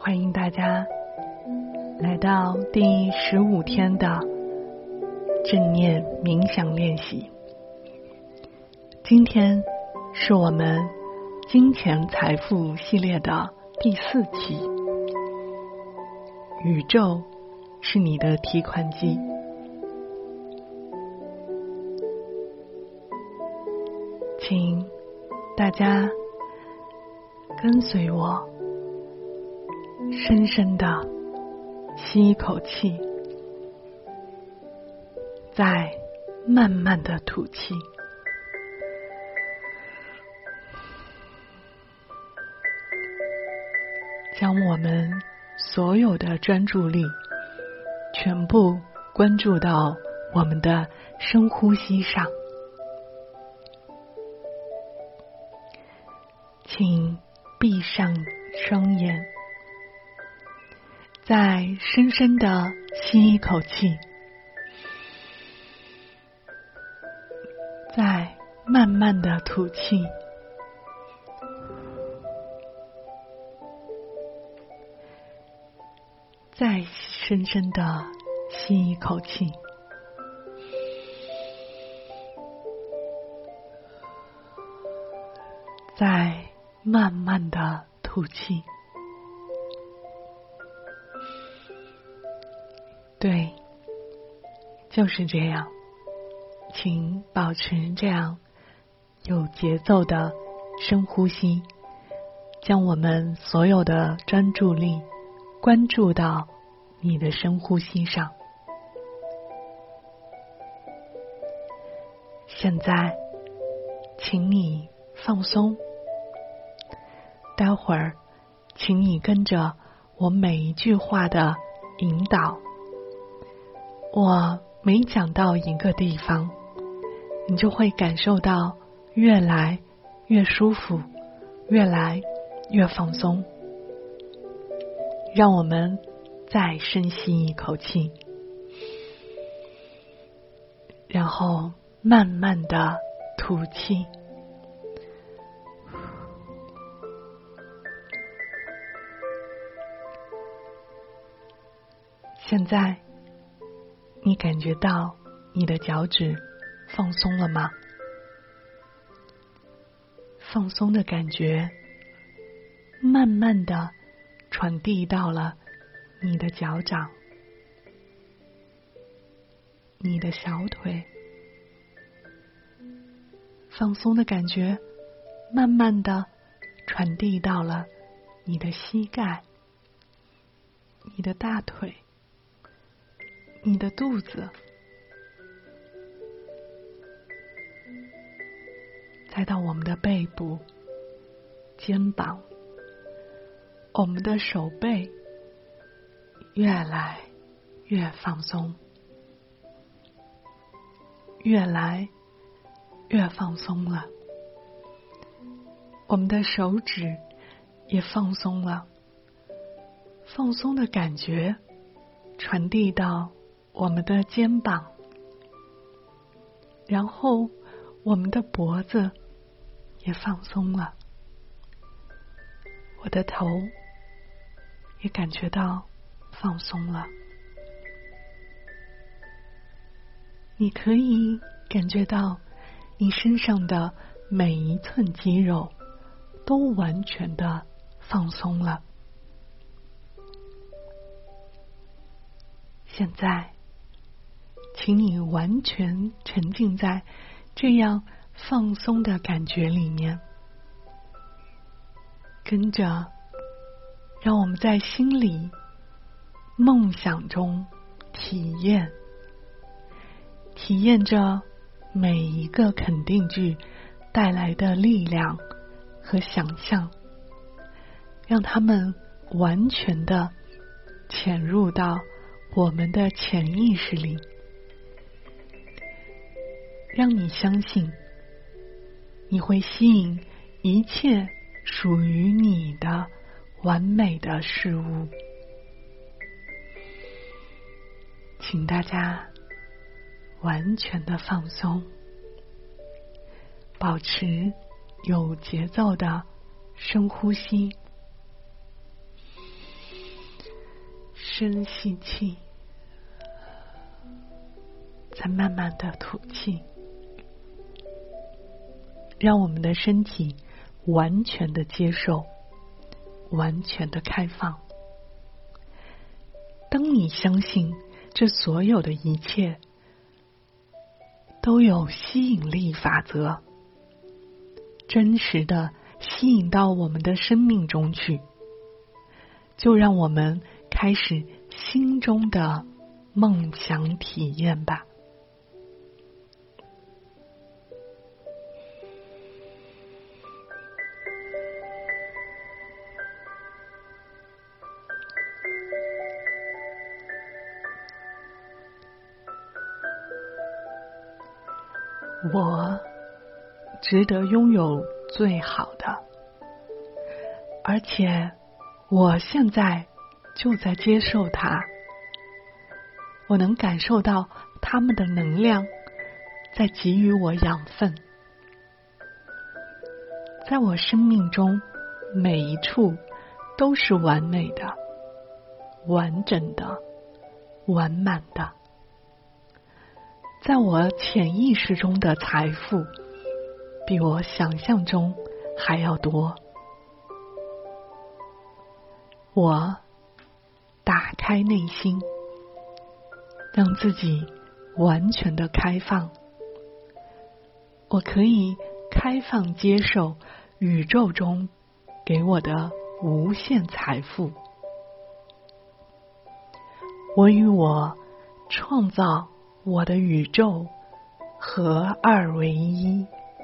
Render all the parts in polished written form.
欢迎大家来到第15天的正念冥想练习。今天是我们金钱财富系列的第4期。宇宙是你的提款机。请大家跟随我，深深的吸一口气，再慢慢的吐气。将我们所有的专注力全部关注到我们的深呼吸上。请闭上双眼，再深深的吸一口气，再慢慢的吐气。再深深的吸一口气，再慢慢的吐气。对，就是这样，请保持这样有节奏的深呼吸，将我们所有的专注力关注到你的深呼吸上。现在，请你放松。待会儿，请你跟着我每一句话的引导。我每讲到一个地方，你就会感受到越来越舒服，越来越放松。让我们再深吸一口气，然后慢慢的吐气。现在，你感觉到你的脚趾放松了吗？放松的感觉慢慢的传递到了你的脚掌、你的小腿，放松的感觉慢慢的传递到了你的膝盖、你的大腿、你的肚子，再到我们的背部、肩膀，我们的手背越来越放松，越来越放松了。我们的手指也放松了，放松的感觉传递到我们的肩膀，然后我们的脖子也放松了，我的头也感觉到放松了。你可以感觉到你身上的每一寸肌肉都完全的放松了。现在，请你完全沉浸在这样放松的感觉里面，跟着让我们在心里梦想中体验着每一个肯定句带来的力量和想象，让它们完全的潜入到我们的潜意识里，让你相信你会吸引一切属于你的完美的事物。请大家完全的放松，保持有节奏的深呼吸。 深吸气，再慢慢的吐气，让我们的身体完全的接受，完全的开放。当你相信这所有的一切都有吸引力法则，真实的吸引到我们的生命中去，就让我们开始心中的梦想体验吧。我值得拥有最好的，而且我现在就在接受它。我能感受到它们的能量在给予我养分。在我生命中，每一处都是完美的、完整的、完满的。在我潜意识中的财富比我想象中还要多。我打开内心，让自己完全的开放。我可以开放接受宇宙中给我的无限财富。我与我创造我的宇宙合二为一。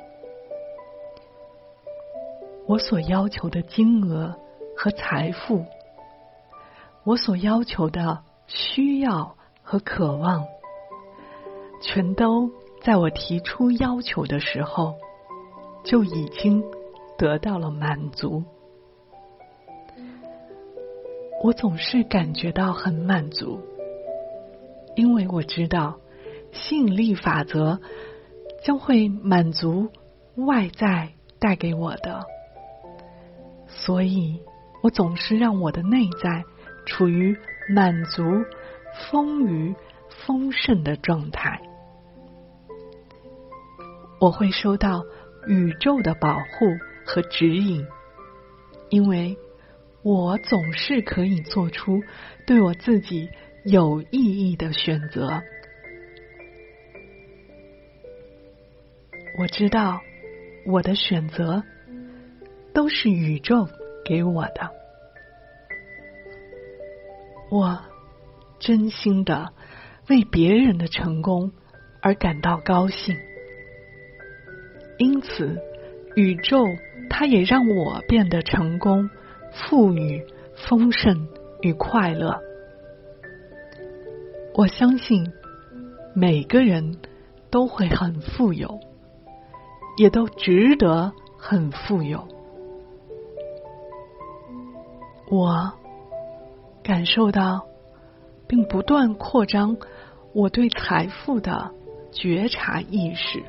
我所要求的金额和财富，我所要求的需要和渴望，全都在我提出要求的时候就已经得到了满足。我总是感觉到很满足，因为我知道吸引力法则将会满足外在带给我的，所以我总是让我的内在处于满足、丰腴、丰盛的状态。我会收到宇宙的保护和指引，因为我总是可以做出对我自己有意义的选择。我知道我的选择都是宇宙给我的。我真心的为别人的成功而感到高兴，因此宇宙它也让我变得成功、富裕、丰盛与快乐。我相信每个人都会很富有，也都值得很富有。我感受到并不断扩张我对财富的觉察意识，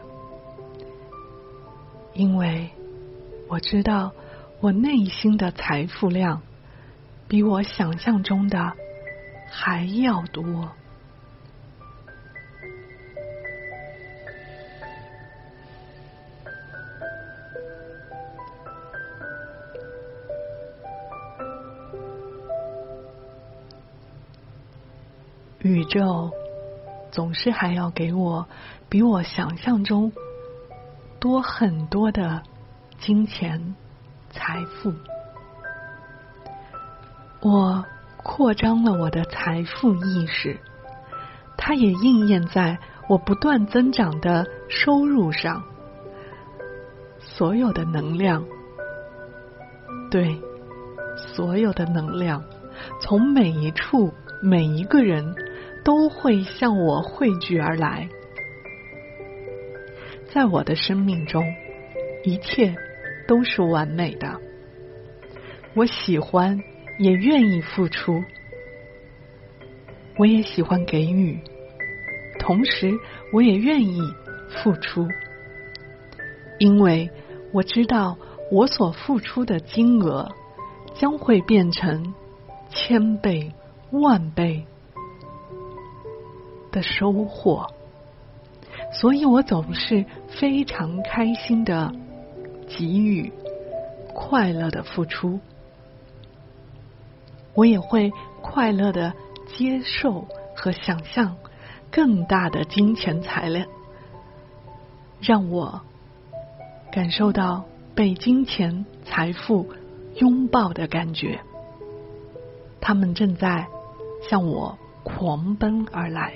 因为我知道我内心的财富量比我想象中的还要多。宇宙总是还要给我比我想象中多很多的金钱、财富。我扩张了我的财富意识，它也应验在我不断增长的收入上。所有的能量，对，所有的能量，从每一处、每一个人都会向我汇聚而来。在我的生命中，一切都是完美的。我喜欢也愿意付出，我也喜欢给予，同时我也愿意付出，因为我知道我所付出的金额将会变成1000倍、 万倍的收获，所以我总是非常开心的给予，快乐的付出。我也会快乐的接受和想象更大的金钱财量，让我感受到被金钱财富拥抱的感觉。他们正在向我狂奔而来。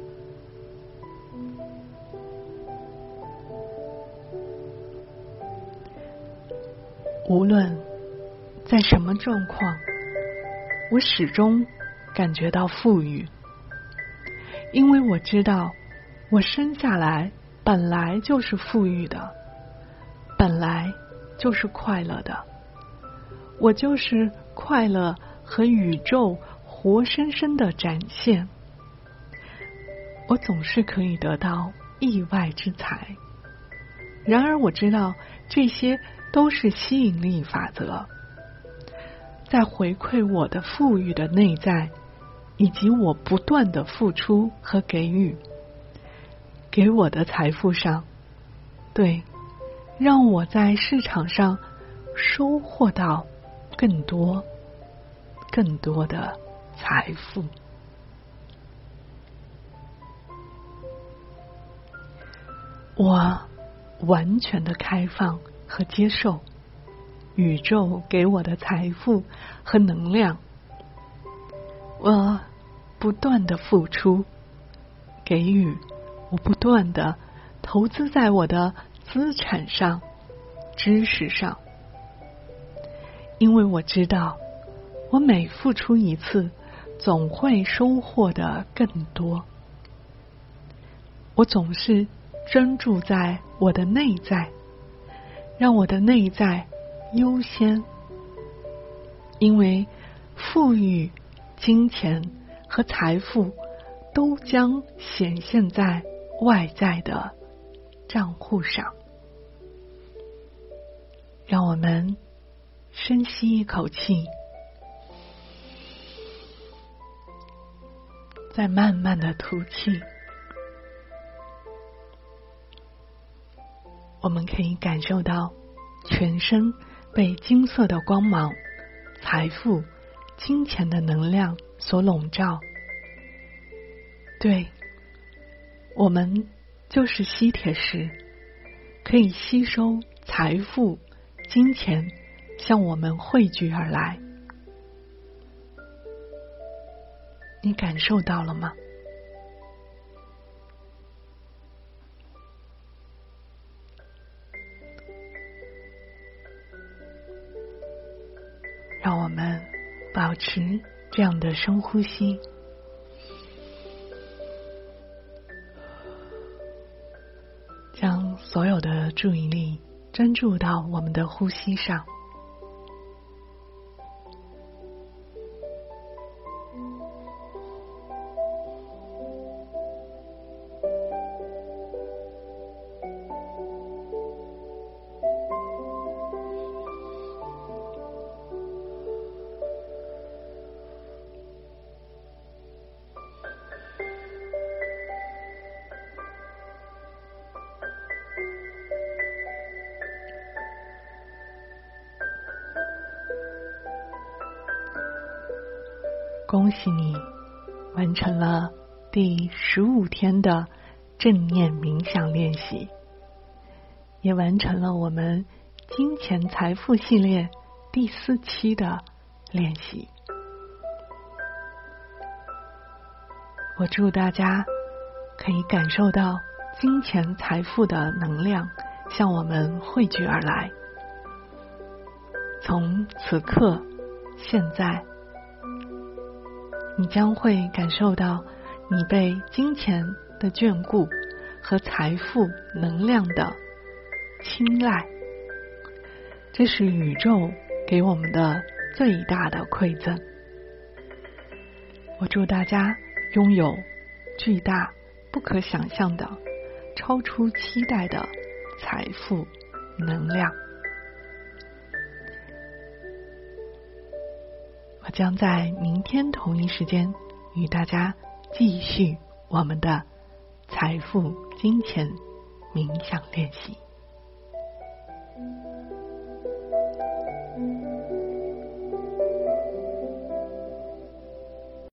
无论在什么状况，我始终感觉到富裕，因为我知道我生下来本来就是富裕的，本来就是快乐的，我就是快乐和宇宙活生生的展现。我总是可以得到意外之财，然而我知道这些都是吸引力法则，在回馈我的富裕的内在，以及我不断的付出和给予给我的财富上，对，让我在市场上收获到更多的财富。我完全的开放和接受宇宙给我的财富和能量，我不断的付出给予，我不断的投资在我的资产上、知识上，因为我知道我每付出一次总会收获的更多。我总是专注在我的内在，让我的内在优先，因为富裕、金钱和财富都将显现在外在的账户上。让我们深吸一口气，再慢慢的吐气。我们可以感受到全身被金色的光芒、财富、金钱的能量所笼罩。对，我们就是吸铁石，可以吸收财富、金钱向我们汇聚而来。你感受到了吗？让我们保持这样的深呼吸，将所有的注意力专注到我们的呼吸上。恭喜你完成了第15天的正念冥想练习，也完成了我们金钱财富系列第4期的练习。我祝大家可以感受到金钱财富的能量向我们汇聚而来。从此刻现在，你将会感受到你被金钱的眷顾和财富能量的青睐，这是宇宙给我们的最大的馈赠。我祝大家拥有巨大、不可想象的、超出期待的财富能量。我将在明天同一时间与大家继续我们的财富金钱冥想练习。